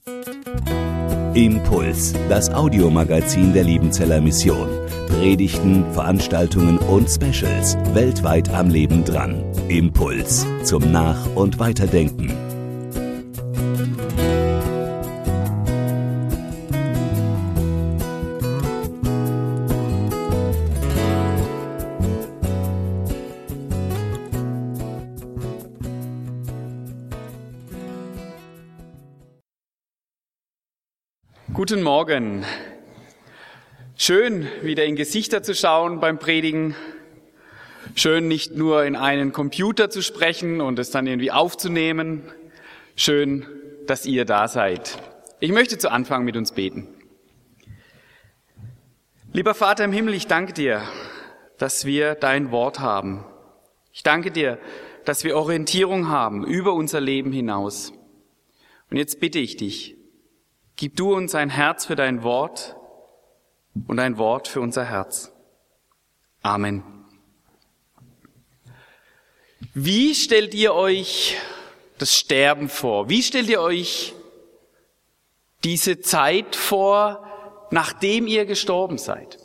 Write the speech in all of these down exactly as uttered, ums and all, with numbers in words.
Impuls, das Audiomagazin der Liebenzeller Mission. Predigten, Veranstaltungen und Specials weltweit am Leben dran. Impuls zum Nach- und Weiterdenken. Guten Morgen. Schön, wieder in Gesichter zu schauen beim Predigen. Schön, nicht nur in einen Computer zu sprechen und es dann irgendwie aufzunehmen. Schön, dass ihr da seid. Ich möchte zu Anfang mit uns beten. Lieber Vater im Himmel, ich danke dir, dass wir dein Wort haben. Ich danke dir, dass wir Orientierung haben über unser Leben hinaus. Und jetzt bitte ich dich, gib du uns ein Herz für dein Wort und ein Wort für unser Herz. Amen. Wie stellt ihr euch das Sterben vor? Wie stellt ihr euch diese Zeit vor, nachdem ihr gestorben seid?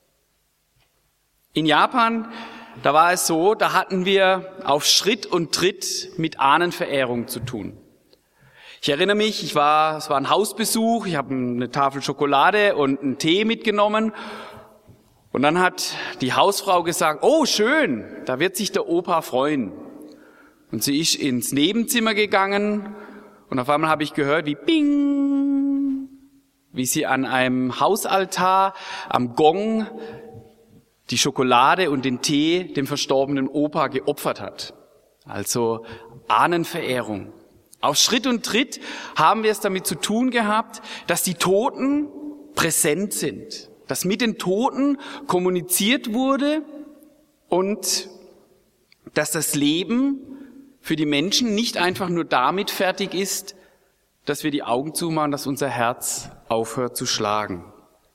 In Japan, da war es so, da hatten wir auf Schritt und Tritt mit Ahnenverehrung zu tun. Ich erinnere mich, ich war, es war ein Hausbesuch, ich habe eine Tafel Schokolade und einen Tee mitgenommen und dann hat die Hausfrau gesagt, oh schön, da wird sich der Opa freuen. Und sie ist ins Nebenzimmer gegangen und auf einmal habe ich gehört, wie bing, wie sie an einem Hausaltar am Gong die Schokolade und den Tee dem verstorbenen Opa geopfert hat. Also Ahnenverehrung. Auf Schritt und Tritt haben wir es damit zu tun gehabt, dass die Toten präsent sind, dass mit den Toten kommuniziert wurde und dass das Leben für die Menschen nicht einfach nur damit fertig ist, dass wir die Augen zumachen, dass unser Herz aufhört zu schlagen.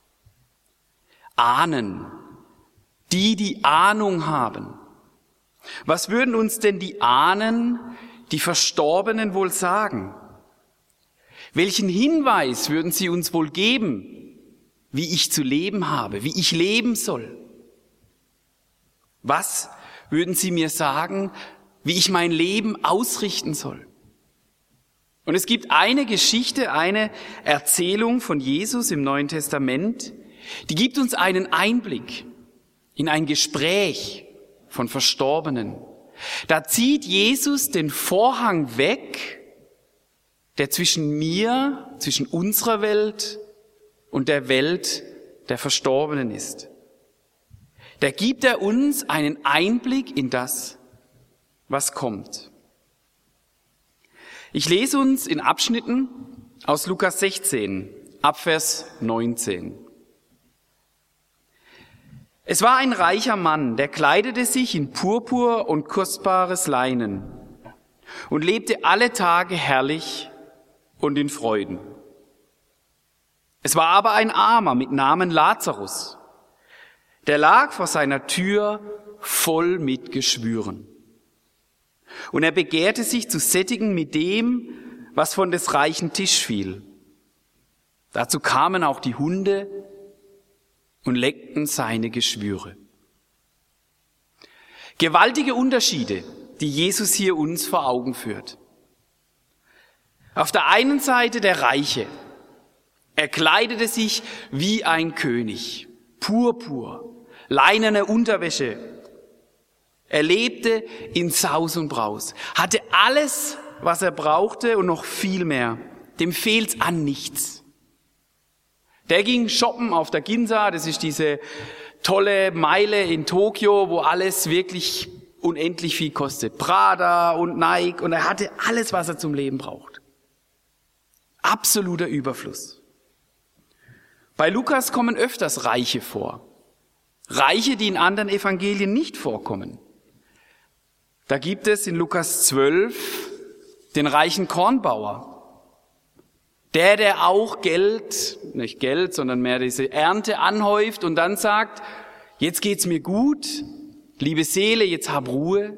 Ahnen, die die Ahnung haben. Was würden uns denn die Ahnen, die Verstorbenen wohl sagen? Welchen Hinweis würden sie uns wohl geben, wie ich zu leben habe, wie ich leben soll? Was würden sie mir sagen, wie ich mein Leben ausrichten soll? Und es gibt eine Geschichte, eine Erzählung von Jesus im Neuen Testament, die gibt uns einen Einblick in ein Gespräch von Verstorbenen. Da zieht Jesus den Vorhang weg, der zwischen mir, zwischen unserer Welt und der Welt der Verstorbenen ist. Da gibt er uns einen Einblick in das, was kommt. Ich lese uns in Abschnitten aus Lukas sechzehn, ab Vers neunzehn. Es war ein reicher Mann, der kleidete sich in Purpur und kostbares Leinen und lebte alle Tage herrlich und in Freuden. Es war aber ein Armer mit Namen Lazarus, der lag vor seiner Tür voll mit Geschwüren. Und er begehrte sich zu sättigen mit dem, was von des reichen Tisch fiel. Dazu kamen auch die Hunde und leckten seine Geschwüre. Gewaltige Unterschiede, die Jesus hier uns vor Augen führt. Auf der einen Seite der Reiche. Er kleidete sich wie ein König. Purpur, leinene Unterwäsche. Er lebte in Saus und Braus. Hatte alles, was er brauchte und noch viel mehr. Dem fehlt's an nichts. Der ging shoppen auf der Ginza, das ist diese tolle Meile in Tokio, wo alles wirklich unendlich viel kostet. Prada und Nike, und er hatte alles, was er zum Leben braucht. Absoluter Überfluss. Bei Lukas kommen öfters Reiche vor. Reiche, die in anderen Evangelien nicht vorkommen. Da gibt es in Lukas zwölf den reichen Kornbauer. Der, der auch Geld, nicht Geld, sondern mehr diese Ernte anhäuft und dann sagt, jetzt geht's mir gut, liebe Seele, jetzt hab Ruhe.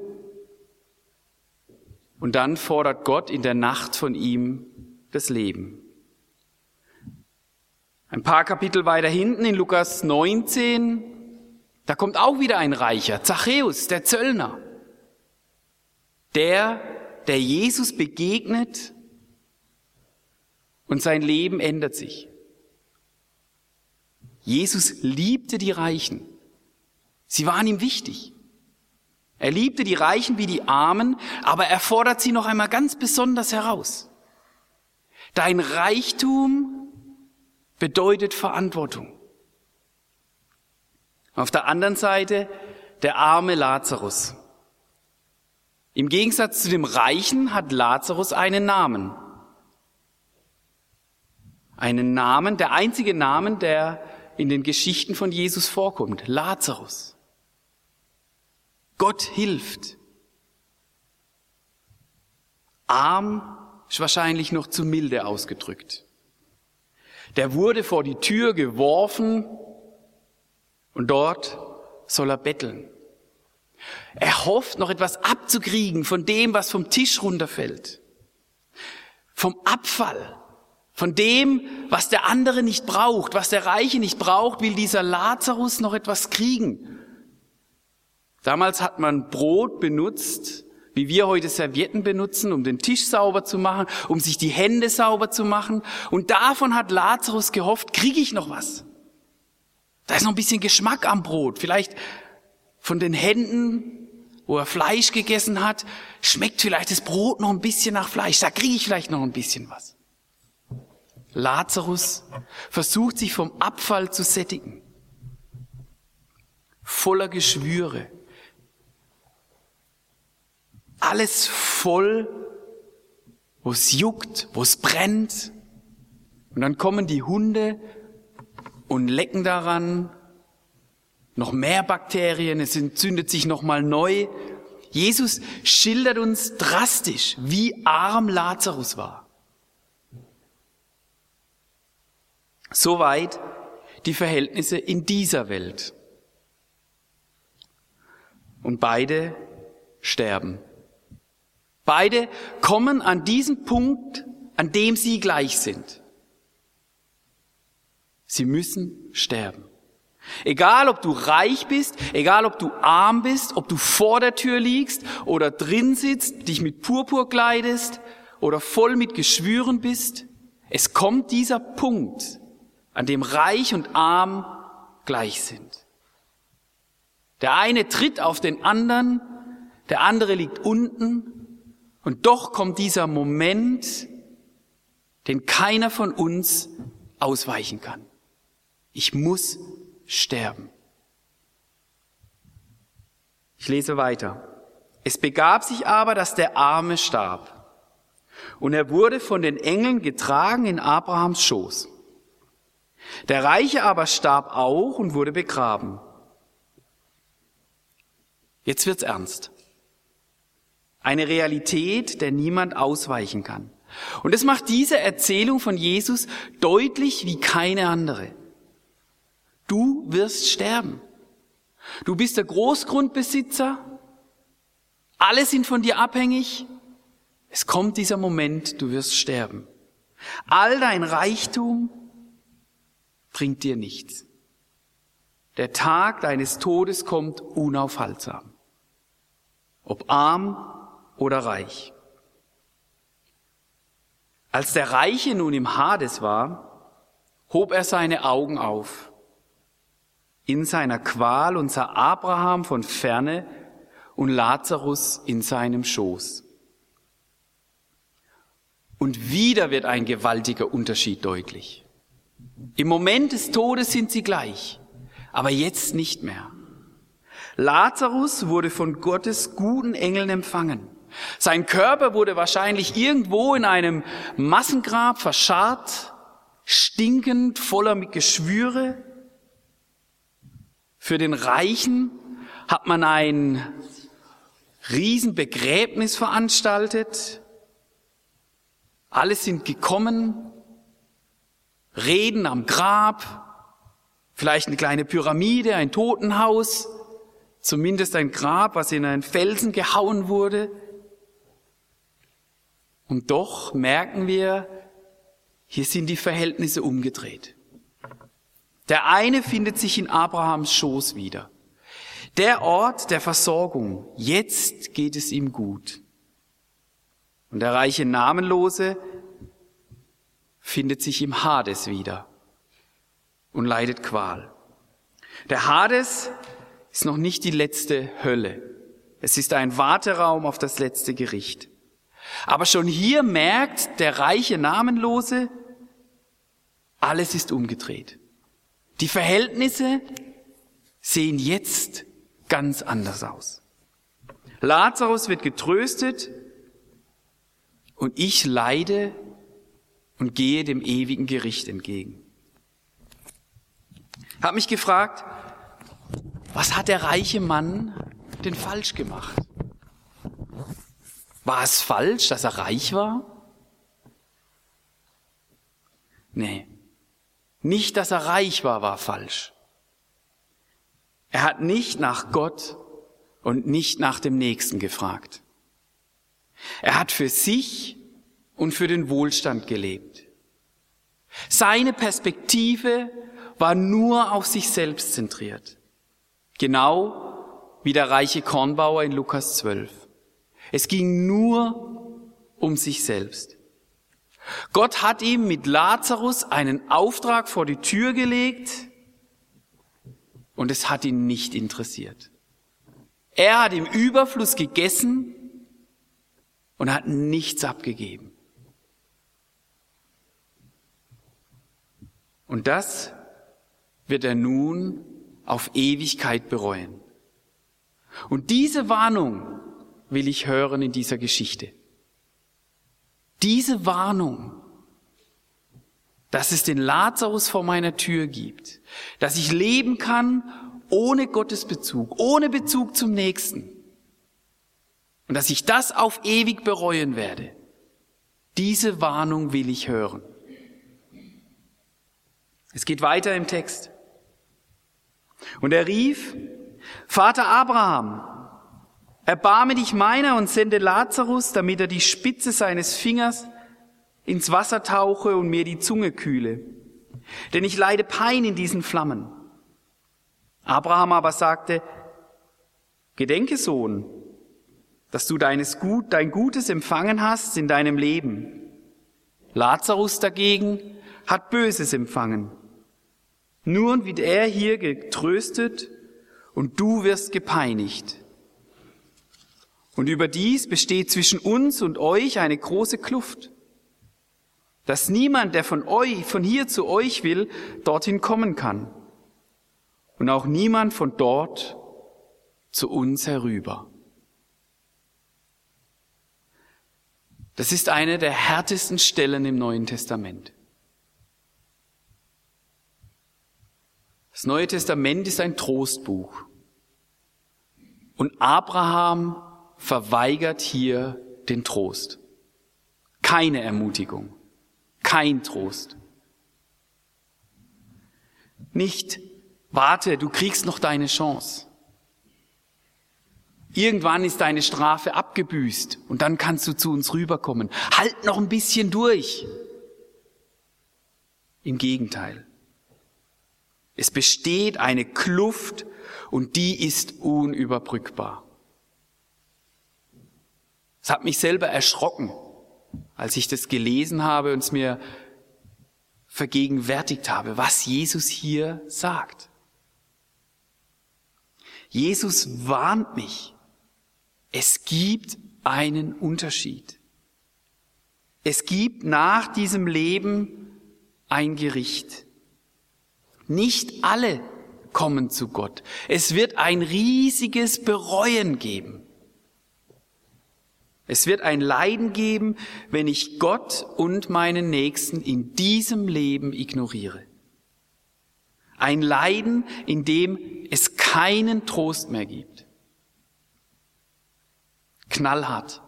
Und dann fordert Gott in der Nacht von ihm das Leben. Ein paar Kapitel weiter hinten in Lukas neunzehn, da kommt auch wieder ein Reicher, Zachäus, der Zöllner. Der, der Jesus begegnet und sein Leben ändert sich. Jesus liebte die Reichen. Sie waren ihm wichtig. Er liebte die Reichen wie die Armen, aber er fordert sie noch einmal ganz besonders heraus. Dein Reichtum bedeutet Verantwortung. Auf der anderen Seite der arme Lazarus. Im Gegensatz zu dem Reichen hat Lazarus einen Namen. Einen Namen, der einzige Name, der in den Geschichten von Jesus vorkommt. Lazarus. Gott hilft. Arm ist wahrscheinlich noch zu milde ausgedrückt. Der wurde vor die Tür geworfen und dort soll er betteln. Er hofft, noch etwas abzukriegen von dem, was vom Tisch runterfällt. Vom Abfall. Von dem, was der andere nicht braucht, was der Reiche nicht braucht, will dieser Lazarus noch etwas kriegen. Damals hat man Brot benutzt, wie wir heute Servietten benutzen, um den Tisch sauber zu machen, um sich die Hände sauber zu machen. Und davon hat Lazarus gehofft, kriege ich noch was. Da ist noch ein bisschen Geschmack am Brot. Vielleicht von den Händen, wo er Fleisch gegessen hat, schmeckt vielleicht das Brot noch ein bisschen nach Fleisch. Da kriege ich vielleicht noch ein bisschen was. Lazarus versucht sich vom Abfall zu sättigen. Voller Geschwüre. Alles voll, wo es juckt, wo es brennt. Und dann kommen die Hunde und lecken daran. Noch mehr Bakterien, es entzündet sich nochmal neu. Jesus schildert uns drastisch, wie arm Lazarus war. Soweit die Verhältnisse in dieser Welt. Und beide sterben. Beide kommen an diesen Punkt, an dem sie gleich sind. Sie müssen sterben. Egal, ob du reich bist, egal, ob du arm bist, ob du vor der Tür liegst oder drin sitzt, dich mit Purpur kleidest oder voll mit Geschwüren bist, es kommt dieser Punkt, an dem Reich und Arm gleich sind. Der eine tritt auf den anderen, der andere liegt unten und doch kommt dieser Moment, den keiner von uns ausweichen kann. Ich muss sterben. Ich lese weiter. Es begab sich aber, dass der Arme starb und er wurde von den Engeln getragen in Abrahams Schoß. Der Reiche aber starb auch und wurde begraben. Jetzt wird's ernst. Eine Realität, der niemand ausweichen kann. Und es macht diese Erzählung von Jesus deutlich wie keine andere. Du wirst sterben. Du bist der Großgrundbesitzer. Alle sind von dir abhängig. Es kommt dieser Moment, du wirst sterben. All dein Reichtum bringt dir nichts. Der Tag deines Todes kommt unaufhaltsam. Ob arm oder reich. Als der Reiche nun im Hades war, hob er seine Augen auf. In seiner Qual und sah Abraham von ferne und Lazarus in seinem Schoß. Und wieder wird ein gewaltiger Unterschied deutlich. Im Moment des Todes sind sie gleich, aber jetzt nicht mehr. Lazarus wurde von Gottes guten Engeln empfangen. Sein Körper wurde wahrscheinlich irgendwo in einem Massengrab verscharrt, stinkend, voller mit Geschwüre. Für den Reichen hat man ein Riesenbegräbnis veranstaltet. Alle sind gekommen, reden am Grab, vielleicht eine kleine Pyramide, ein Totenhaus, zumindest ein Grab, was in einen Felsen gehauen wurde. Und doch merken wir, hier sind die Verhältnisse umgedreht. Der eine findet sich in Abrahams Schoß wieder. Der Ort der Versorgung. Jetzt geht es ihm gut. Und der reiche Namenlose findet sich im Hades wieder und leidet Qual. Der Hades ist noch nicht die letzte Hölle. Es ist ein Warteraum auf das letzte Gericht. Aber schon hier merkt der reiche Namenlose, alles ist umgedreht. Die Verhältnisse sehen jetzt ganz anders aus. Lazarus wird getröstet und ich leide und gehe dem ewigen Gericht entgegen. Ich habe mich gefragt, was hat der reiche Mann denn falsch gemacht? War es falsch, dass er reich war? Nee, nicht, dass er reich war, war falsch. Er hat nicht nach Gott und nicht nach dem Nächsten gefragt. Er hat für sich und für den Wohlstand gelebt. Seine Perspektive war nur auf sich selbst zentriert. Genau wie der reiche Kornbauer in Lukas zwölf. Es ging nur um sich selbst. Gott hat ihm mit Lazarus einen Auftrag vor die Tür gelegt und es hat ihn nicht interessiert. Er hat im Überfluss gegessen und hat nichts abgegeben. Und das wird er nun auf Ewigkeit bereuen. Und diese Warnung will ich hören in dieser Geschichte. Diese Warnung, dass es den Lazarus vor meiner Tür gibt, dass ich leben kann ohne Gottesbezug, ohne Bezug zum Nächsten und dass ich das auf ewig bereuen werde. Diese Warnung will ich hören. Es geht weiter im Text. Und er rief, Vater Abraham, erbarme dich meiner und sende Lazarus, damit er die Spitze seines Fingers ins Wasser tauche und mir die Zunge kühle. Denn ich leide Pein in diesen Flammen. Abraham aber sagte, Gedenke, Sohn, dass du deines Gut, dein Gutes empfangen hast in deinem Leben. Lazarus dagegen hat Böses empfangen. Nun wird er hier getröstet und du wirst gepeinigt. Und überdies besteht zwischen uns und euch eine große Kluft, dass niemand, der von euch, von hier zu euch will, dorthin kommen kann. Und auch niemand von dort zu uns herüber. Das ist eine der härtesten Stellen im Neuen Testament. Das Neue Testament ist ein Trostbuch. Und Abraham verweigert hier den Trost. Keine Ermutigung, kein Trost. Nicht, warte, du kriegst noch deine Chance. Irgendwann ist deine Strafe abgebüßt und dann kannst du zu uns rüberkommen. Halt noch ein bisschen durch. Im Gegenteil. Es besteht eine Kluft und die ist unüberbrückbar. Es hat mich selber erschrocken, als ich das gelesen habe und es mir vergegenwärtigt habe, was Jesus hier sagt. Jesus warnt mich. Es gibt einen Unterschied. Es gibt nach diesem Leben ein Gericht. Nicht alle kommen zu Gott. Es wird ein riesiges Bereuen geben. Es wird ein Leiden geben, wenn ich Gott und meinen Nächsten in diesem Leben ignoriere. Ein Leiden, in dem es keinen Trost mehr gibt. Knallhart.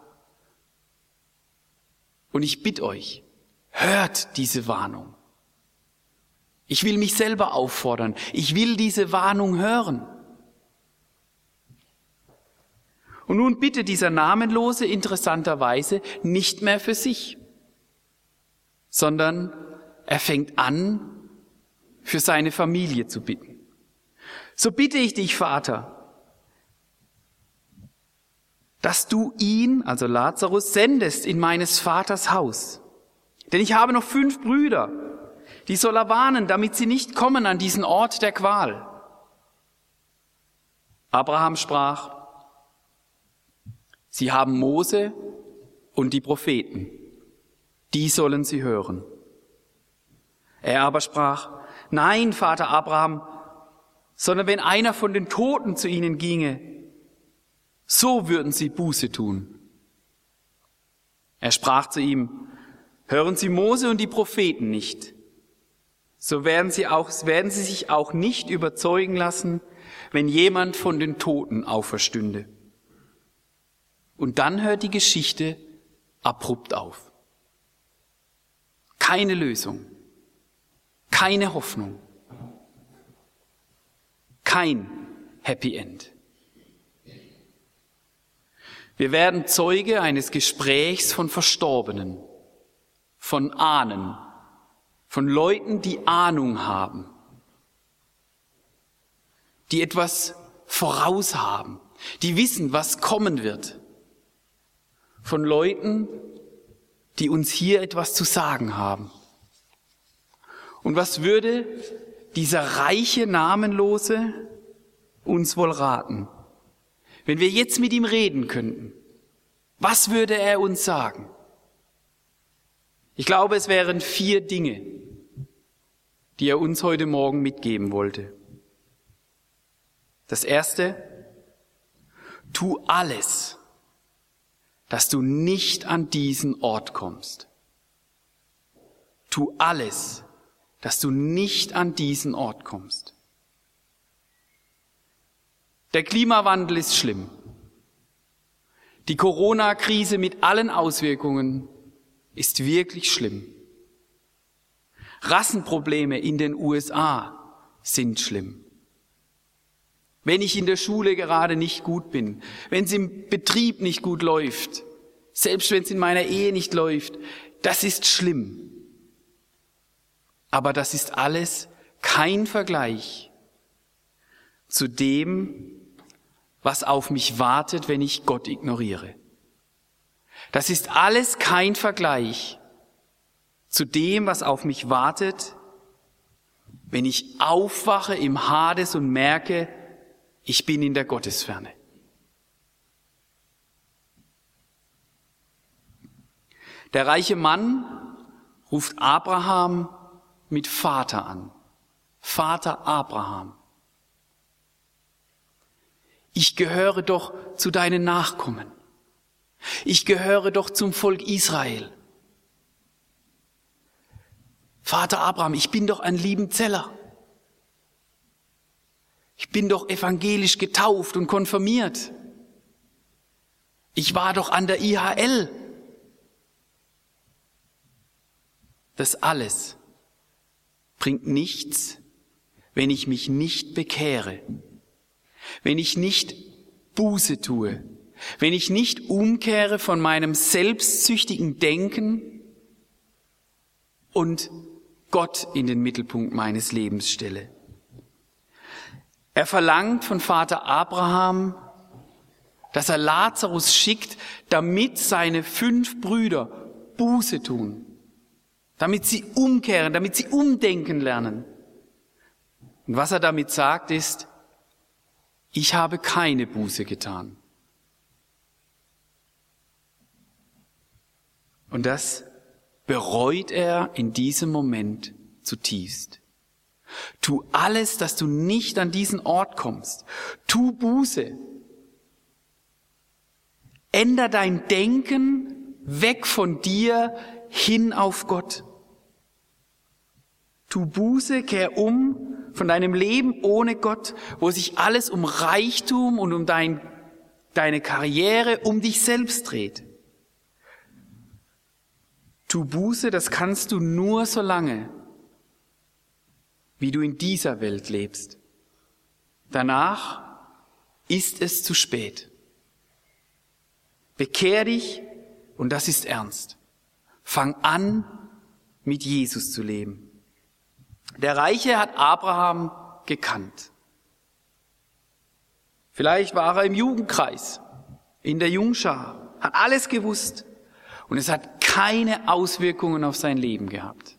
Und ich bitte euch, hört diese Warnung. Ich will mich selber auffordern. Ich will diese Warnung hören. Und nun bitte dieser Namenlose interessanterweise nicht mehr für sich, sondern er fängt an, für seine Familie zu bitten. So bitte ich dich, Vater, dass du ihn, also Lazarus, sendest in meines Vaters Haus. Denn ich habe noch fünf Brüder, die soll er warnen, damit sie nicht kommen an diesen Ort der Qual. Abraham sprach, sie haben Mose und die Propheten, die sollen sie hören. Er aber sprach, nein, Vater Abraham, sondern wenn einer von den Toten zu ihnen ginge, so würden sie Buße tun. Er sprach zu ihm, hören Sie Mose und die Propheten nicht, so werden sie, auch, werden sie sich auch nicht überzeugen lassen, wenn jemand von den Toten auferstünde. Und dann hört die Geschichte abrupt auf. Keine Lösung, keine Hoffnung, kein Happy End. Wir werden Zeuge eines Gesprächs von Verstorbenen, von Ahnen, von Leuten, die Ahnung haben, die etwas voraushaben, die wissen, was kommen wird, von Leuten, die uns hier etwas zu sagen haben. Und was würde dieser reiche Namenlose uns wohl raten, wenn wir jetzt mit ihm reden könnten? Was würde er uns sagen? Ich glaube, es wären vier Dinge, die er uns heute Morgen mitgeben wollte. Das erste, tu alles, dass du nicht an diesen Ort kommst. Tu alles, dass du nicht an diesen Ort kommst. Der Klimawandel ist schlimm. Die Corona-Krise mit allen Auswirkungen ist wirklich schlimm. Rassenprobleme in den U S A sind schlimm. Wenn ich in der Schule gerade nicht gut bin, wenn es im Betrieb nicht gut läuft, selbst wenn es in meiner Ehe nicht läuft, das ist schlimm. Aber das ist alles kein Vergleich zu dem, was auf mich wartet, wenn ich Gott ignoriere. Das ist alles kein Vergleich zu dem, was auf mich wartet, wenn ich aufwache im Hades und merke, ich bin in der Gottesferne. Der reiche Mann ruft Abraham mit Vater an. Vater Abraham. Ich gehöre doch zu deinen Nachkommen. Ich gehöre doch zum Volk Israel. Vater Abraham, ich bin doch ein Liebenzeller. Ich bin doch evangelisch getauft und konfirmiert. Ich war doch an der I H L. Das alles bringt nichts, wenn ich mich nicht bekehre, wenn ich nicht Buße tue, wenn ich nicht umkehre von meinem selbstsüchtigen Denken und Gott in den Mittelpunkt meines Lebens stelle. Er verlangt von Vater Abraham, dass er Lazarus schickt, damit seine fünf Brüder Buße tun, damit sie umkehren, damit sie umdenken lernen. Und was er damit sagt ist, ich habe keine Buße getan. Und das bereut er in diesem Moment zutiefst. Tu alles, dass du nicht an diesen Ort kommst. Tu Buße. Änder dein Denken weg von dir hin auf Gott. Tu Buße, kehr um von deinem Leben ohne Gott, wo sich alles um Reichtum und um dein, deine Karriere, um dich selbst dreht. Tu Buße, das kannst du nur so lange, wie du in dieser Welt lebst. Danach ist es zu spät. Bekehr dich, und das ist ernst. Fang an, mit Jesus zu leben. Der Reiche hat Abraham gekannt. Vielleicht war er im Jugendkreis, in der Jungschar, hat alles gewusst und es hat keine Auswirkungen auf sein Leben gehabt.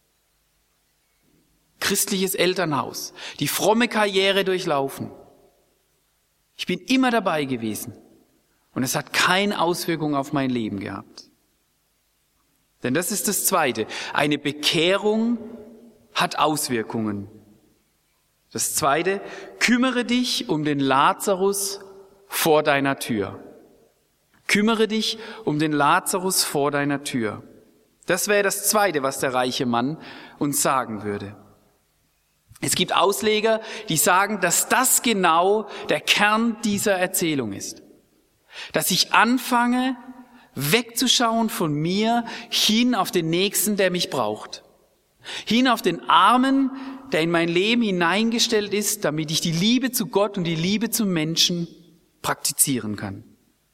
Christliches Elternhaus, die fromme Karriere durchlaufen. Ich bin immer dabei gewesen und es hat keine Auswirkungen auf mein Leben gehabt. Denn das ist das Zweite. Eine Bekehrung hat Auswirkungen. Das Zweite, kümmere dich um den Lazarus vor deiner Tür. Kümmere dich um den Lazarus vor deiner Tür. Das wäre das Zweite, was der reiche Mann uns sagen würde. Es gibt Ausleger, die sagen, dass das genau der Kern dieser Erzählung ist. Dass ich anfange, wegzuschauen von mir hin auf den Nächsten, der mich braucht. Hin auf den Armen, der in mein Leben hineingestellt ist, damit ich die Liebe zu Gott und die Liebe zum Menschen praktizieren kann.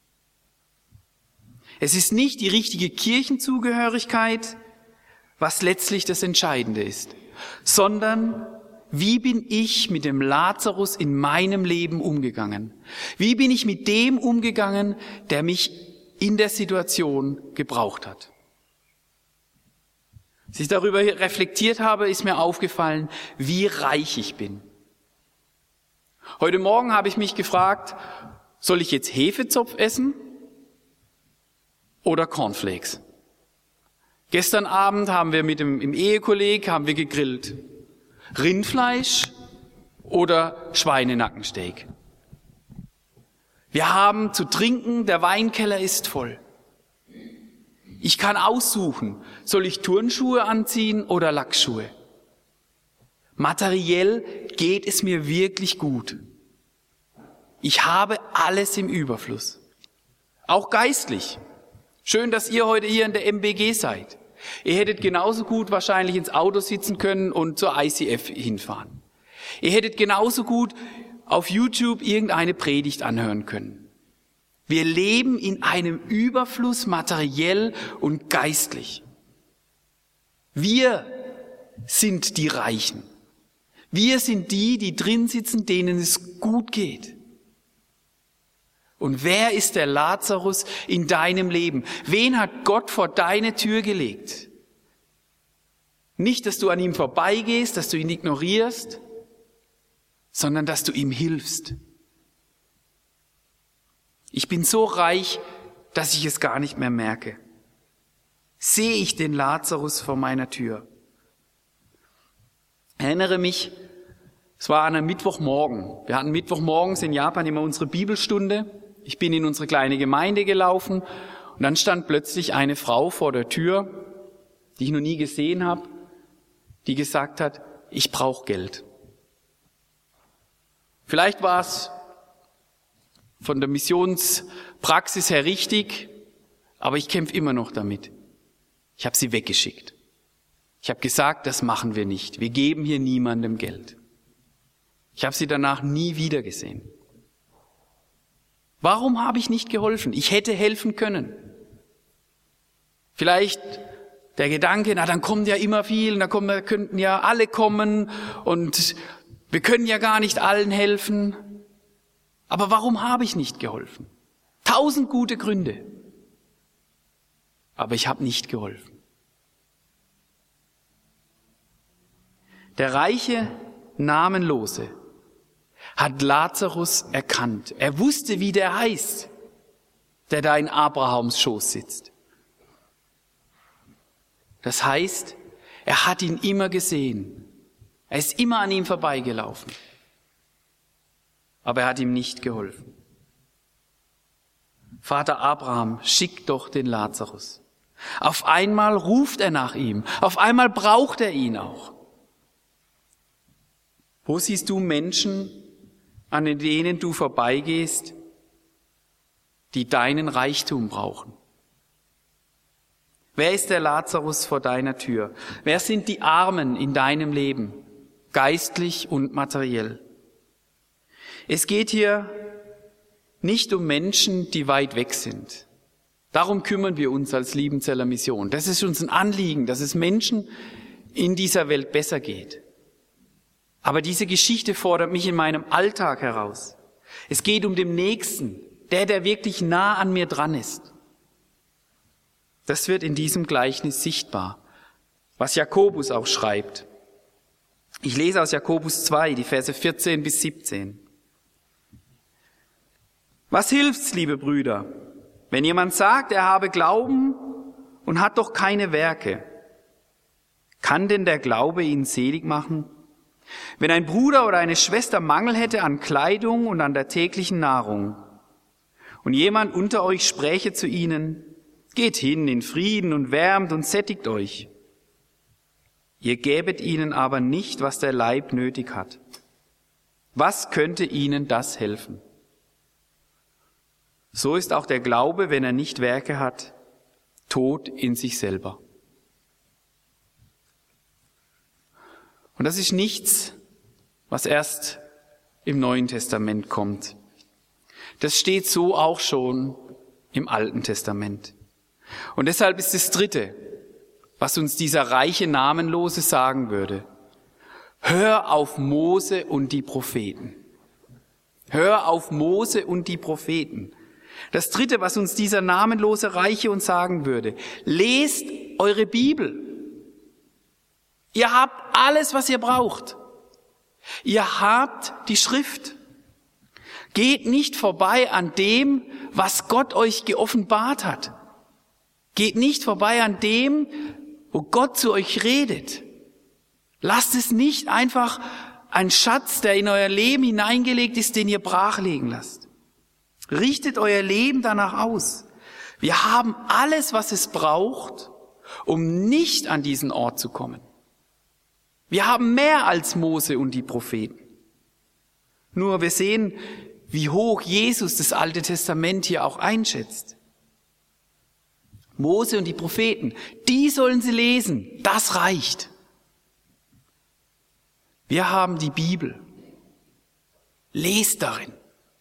Es ist nicht die richtige Kirchenzugehörigkeit, was letztlich das Entscheidende ist, sondern wie bin ich mit dem Lazarus in meinem Leben umgegangen? Wie bin ich mit dem umgegangen, der mich in der Situation gebraucht hat? Als ich darüber reflektiert habe, ist mir aufgefallen, wie reich ich bin. Heute Morgen habe ich mich gefragt, soll ich jetzt Hefezopf essen oder Cornflakes? Gestern Abend haben wir mit dem im Ehekolleg haben wir gegrillt. Rindfleisch oder Schweinenackensteak. Wir haben zu trinken, der Weinkeller ist voll. Ich kann aussuchen, soll ich Turnschuhe anziehen oder Lackschuhe? Materiell geht es mir wirklich gut. Ich habe alles im Überfluss. Auch geistlich. Schön, dass ihr heute hier in der M B G seid. Ihr hättet genauso gut wahrscheinlich ins Auto sitzen können und zur I C F hinfahren. Ihr hättet genauso gut auf YouTube irgendeine Predigt anhören können. Wir leben in einem Überfluss materiell und geistlich. Wir sind die Reichen. Wir sind die, die drin sitzen, denen es gut geht. Und wer ist der Lazarus in deinem Leben? Wen hat Gott vor deine Tür gelegt? Nicht, dass du an ihm vorbeigehst, dass du ihn ignorierst, sondern dass du ihm hilfst. Ich bin so reich, dass ich es gar nicht mehr merke. Sehe ich den Lazarus vor meiner Tür? Erinnere mich, es war an einem Mittwochmorgen. Wir hatten Mittwochmorgens in Japan immer unsere Bibelstunde. Ich bin in unsere kleine Gemeinde gelaufen und dann stand plötzlich eine Frau vor der Tür, die ich noch nie gesehen habe, die gesagt hat, ich brauche Geld. Vielleicht war es von der Missionspraxis her richtig, aber ich kämpfe immer noch damit. Ich habe sie weggeschickt. Ich habe gesagt, das machen wir nicht. Wir geben hier niemandem Geld. Ich habe sie danach nie wieder gesehen. Warum habe ich nicht geholfen? Ich hätte helfen können. Vielleicht der Gedanke, na dann kommen ja immer viel, da kommen, könnten ja alle kommen und wir können ja gar nicht allen helfen. Aber warum habe ich nicht geholfen? Tausend gute Gründe. Aber ich habe nicht geholfen. Der reiche Namenlose hat Lazarus erkannt. Er wusste, wie der heißt, der da in Abrahams Schoß sitzt. Das heißt, er hat ihn immer gesehen. Er ist immer an ihm vorbeigelaufen. Aber er hat ihm nicht geholfen. Vater Abraham, schick doch den Lazarus. Auf einmal ruft er nach ihm. Auf einmal braucht er ihn auch. Wo siehst du Menschen, an denen du vorbeigehst, die deinen Reichtum brauchen? Wer ist der Lazarus vor deiner Tür? Wer sind die Armen in deinem Leben, geistlich und materiell? Es geht hier nicht um Menschen, die weit weg sind. Darum kümmern wir uns als Liebenzeller Mission. Das ist uns ein Anliegen, dass es Menschen in dieser Welt besser geht. Aber diese Geschichte fordert mich in meinem Alltag heraus. Es geht um den Nächsten, der, der wirklich nah an mir dran ist. Das wird in diesem Gleichnis sichtbar, was Jakobus auch schreibt. Ich lese aus Jakobus zwei, die Verse vierzehn bis siebzehn. Was hilft's, liebe Brüder, wenn jemand sagt, er habe Glauben und hat doch keine Werke? Kann denn der Glaube ihn selig machen? Wenn ein Bruder oder eine Schwester Mangel hätte an Kleidung und an der täglichen Nahrung und jemand unter euch spräche zu ihnen, geht hin in Frieden und wärmt und sättigt euch. Ihr gäbet ihnen aber nicht, was der Leib nötig hat. Was könnte ihnen das helfen? So ist auch der Glaube, wenn er nicht Werke hat, tot in sich selber. Und das ist nichts, was erst im Neuen Testament kommt. Das steht so auch schon im Alten Testament. Und deshalb ist das Dritte, was uns dieser reiche Namenlose sagen würde: Hör auf Mose und die Propheten. Hör auf Mose und die Propheten. Das Dritte, was uns dieser namenlose Reiche uns sagen würde: Lest eure Bibel. Ihr habt alles, was ihr braucht. Ihr habt die Schrift. Geht nicht vorbei an dem, was Gott euch geoffenbart hat. Geht nicht vorbei an dem, wo Gott zu euch redet. Lasst es nicht einfach ein Schatz, der in euer Leben hineingelegt ist, den ihr brachlegen lasst. Richtet euer Leben danach aus. Wir haben alles, was es braucht, um nicht an diesen Ort zu kommen. Wir haben mehr als Mose und die Propheten. Nur wir sehen, wie hoch Jesus das Alte Testament hier auch einschätzt. Mose und die Propheten, die sollen sie lesen, das reicht. Wir haben die Bibel. Lest darin.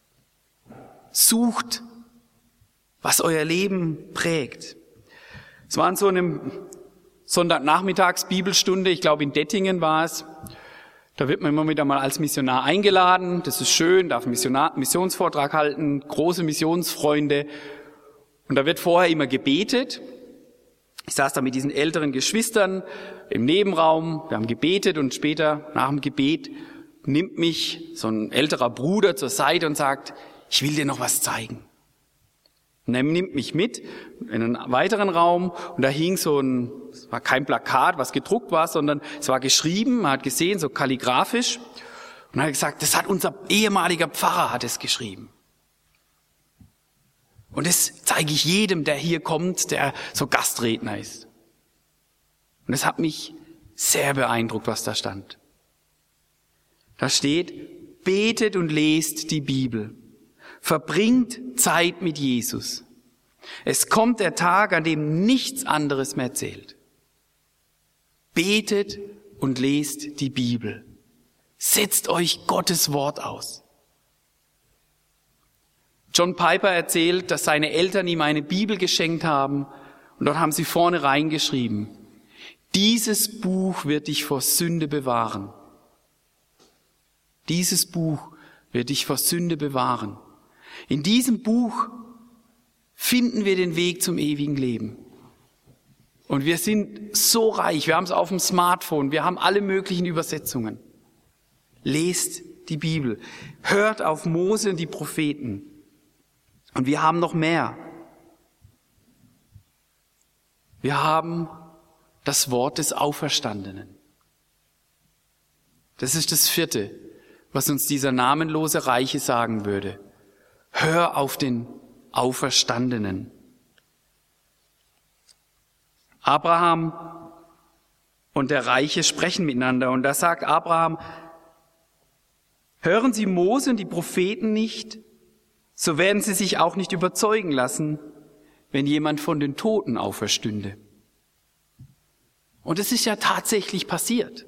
Sucht, was euer Leben prägt. Es war in so einem Sonntagnachmittags-Bibelstunde, ich glaube in Dettingen war es. Da wird man immer wieder mal als Missionar eingeladen. Das ist schön, darf einen Missionar, Missionsvortrag halten, große Missionsfreunde. Und da wird vorher immer gebetet. Ich saß da mit diesen älteren Geschwistern im Nebenraum. Wir haben gebetet und später, nach dem Gebet, nimmt mich so ein älterer Bruder zur Seite und sagt: Ich will dir noch was zeigen. Und er nimmt mich mit in einen weiteren Raum und da hing so ein, es war kein Plakat, was gedruckt war, sondern es war geschrieben, man hat gesehen, so kalligrafisch. Und er hat gesagt, das hat unser ehemaliger Pfarrer hat es geschrieben. Und das zeige ich jedem, der hier kommt, der so Gastredner ist. Und es hat mich sehr beeindruckt, was da stand. Da steht: Betet und lest die Bibel. Verbringt Zeit mit Jesus. Es kommt der Tag, an dem nichts anderes mehr zählt. Betet und lest die Bibel. Setzt euch Gottes Wort aus. John Piper erzählt, dass seine Eltern ihm eine Bibel geschenkt haben und dort haben sie vorne reingeschrieben: Dieses Buch wird dich vor Sünde bewahren. Dieses Buch wird dich vor Sünde bewahren. In diesem Buch finden wir den Weg zum ewigen Leben. Und wir sind so reich, wir haben es auf dem Smartphone, wir haben alle möglichen Übersetzungen. Lest die Bibel, hört auf Mose und die Propheten. Und wir haben noch mehr. Wir haben das Wort des Auferstandenen. Das ist das Vierte, was uns dieser namenlose Reiche sagen würde. Hör auf den Auferstandenen. Abraham und der Reiche sprechen miteinander und da sagt Abraham: Hören Sie Mose und die Propheten nicht, so werden Sie sich auch nicht überzeugen lassen, wenn jemand von den Toten auferstünde. Und es ist ja tatsächlich passiert.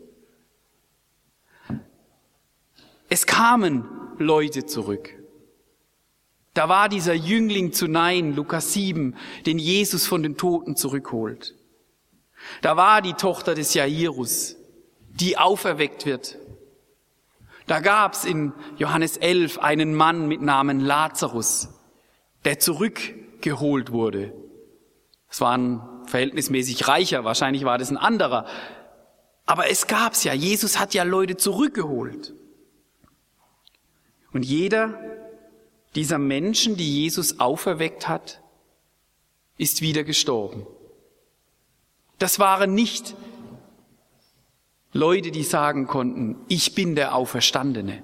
Es kamen Leute zurück. Da war dieser Jüngling zu Nain, Lukas sieben, den Jesus von den Toten zurückholt. Da war die Tochter des Jairus, die auferweckt wird. Da gab's in Johannes elf einen Mann mit Namen Lazarus, der zurückgeholt wurde. Es war ein verhältnismäßig reicher, wahrscheinlich war das ein anderer. Aber es gab's ja, Jesus hat ja Leute zurückgeholt. Und jeder dieser Menschen, die Jesus auferweckt hat, ist wieder gestorben. Das waren nicht Leute, die sagen konnten, ich bin der Auferstandene.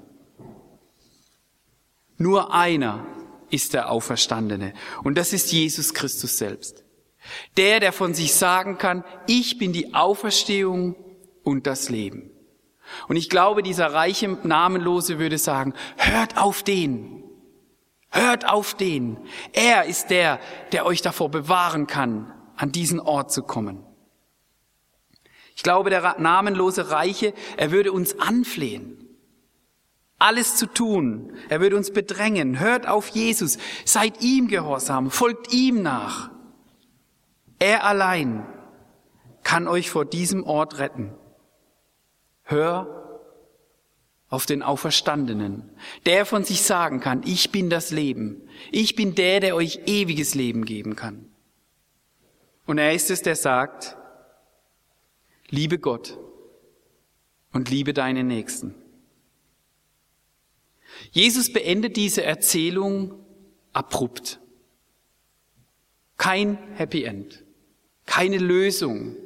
Nur einer ist der Auferstandene und das ist Jesus Christus selbst. Der, der von sich sagen kann, ich bin die Auferstehung und das Leben. Und ich glaube, dieser reiche Namenlose würde sagen, hört auf den, hört auf den. Er ist der, der euch davor bewahren kann, an diesen Ort zu kommen. Ich glaube, der namenlose Reiche, er würde uns anflehen, alles zu tun. Er würde uns bedrängen. Hört auf Jesus, seid ihm gehorsam, folgt ihm nach. Er allein kann euch vor diesem Ort retten. Hör auf den Auferstandenen, der von sich sagen kann, ich bin das Leben. Ich bin der, der euch ewiges Leben geben kann. Und er ist es, der sagt, liebe Gott und liebe deine Nächsten. Jesus beendet diese Erzählung abrupt. Kein Happy End, keine Lösung.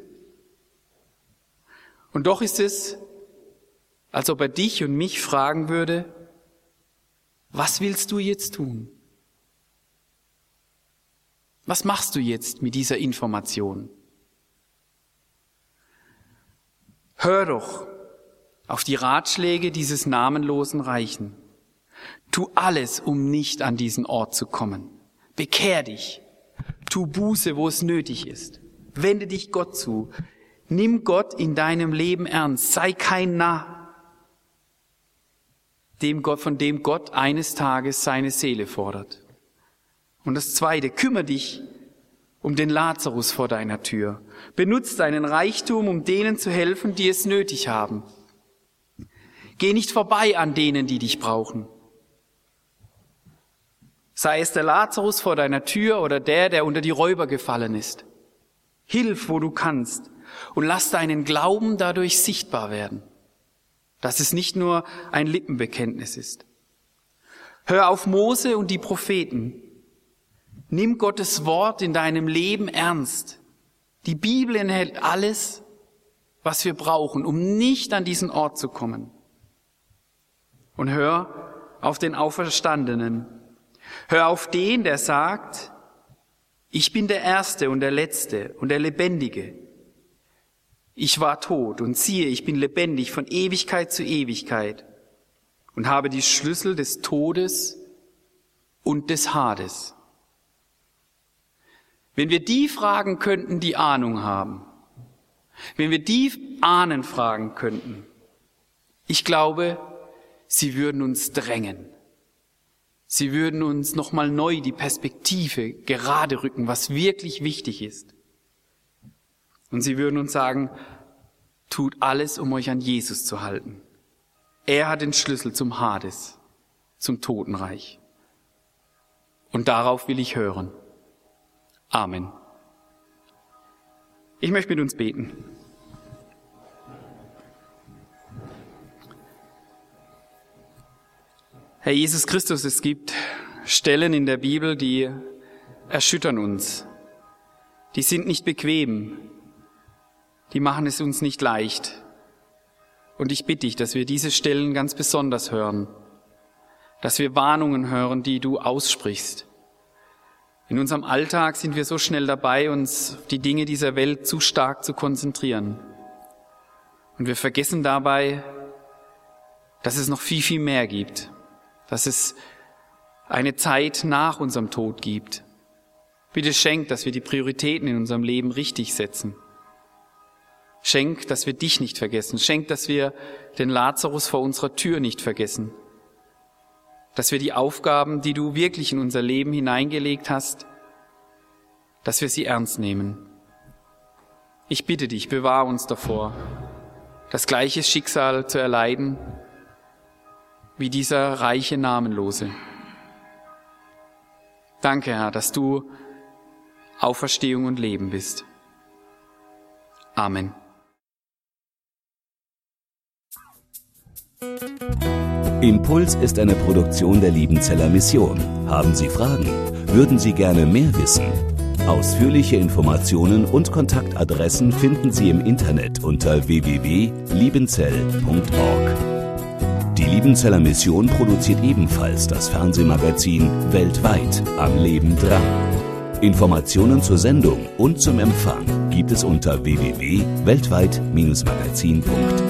Und doch ist es, als ob er dich und mich fragen würde, was willst du jetzt tun? Was machst du jetzt mit dieser Information? Hör doch auf die Ratschläge dieses namenlosen Reichen. Tu alles, um nicht an diesen Ort zu kommen. Bekehr dich. Tu Buße, wo es nötig ist. Wende dich Gott zu. Nimm Gott in deinem Leben ernst. Sei kein Narr, dem Gott, von dem Gott eines Tages seine Seele fordert. Und das Zweite, kümmere dich um den Lazarus vor deiner Tür. Benutze deinen Reichtum, um denen zu helfen, die es nötig haben. Geh nicht vorbei an denen, die dich brauchen. Sei es der Lazarus vor deiner Tür oder der, der unter die Räuber gefallen ist. Hilf, wo du kannst, und lass deinen Glauben dadurch sichtbar werden, dass es nicht nur ein Lippenbekenntnis ist. Hör auf Mose und die Propheten. Nimm Gottes Wort in deinem Leben ernst. Die Bibel enthält alles, was wir brauchen, um nicht an diesen Ort zu kommen. Und hör auf den Auferstandenen. Hör auf den, der sagt, ich bin der Erste und der Letzte und der Lebendige. Ich war tot und siehe, ich bin lebendig von Ewigkeit zu Ewigkeit und habe die Schlüssel des Todes und des Hades. Wenn wir die fragen könnten, die Ahnung haben, wenn wir die Ahnen fragen könnten, ich glaube, sie würden uns drängen. Sie würden uns nochmal neu die Perspektive gerade rücken, was wirklich wichtig ist. Und sie würden uns sagen, tut alles, um euch an Jesus zu halten. Er hat den Schlüssel zum Hades, zum Totenreich. Und darauf will ich hören. Amen. Ich möchte mit uns beten. Herr Jesus Christus, es gibt Stellen in der Bibel, die erschüttern uns. Die sind nicht bequem. Die machen es uns nicht leicht. Und ich bitte dich, dass wir diese Stellen ganz besonders hören. Dass wir Warnungen hören, die du aussprichst. In unserem Alltag sind wir so schnell dabei, uns auf die Dinge dieser Welt zu stark zu konzentrieren. Und wir vergessen dabei, dass es noch viel, viel mehr gibt. Dass es eine Zeit nach unserem Tod gibt. Bitte schenk, dass wir die Prioritäten in unserem Leben richtig setzen. Schenk, dass wir dich nicht vergessen. Schenk, dass wir den Lazarus vor unserer Tür nicht vergessen. Dass wir die Aufgaben, die du wirklich in unser Leben hineingelegt hast, dass wir sie ernst nehmen. Ich bitte dich, bewahre uns davor, das gleiche Schicksal zu erleiden wie dieser reiche Namenlose. Danke, Herr, dass du Auferstehung und Leben bist. Amen. Impuls ist eine Produktion der Liebenzeller Mission. Haben Sie Fragen? Würden Sie gerne mehr wissen? Ausführliche Informationen und Kontaktadressen finden Sie im Internet unter w w w punkt liebenzell punkt org. Die Liebenzeller Mission produziert ebenfalls das Fernsehmagazin Weltweit am Leben dran. Informationen zur Sendung und zum Empfang gibt es unter w w w punkt weltweit Bindestrich magazin punkt de.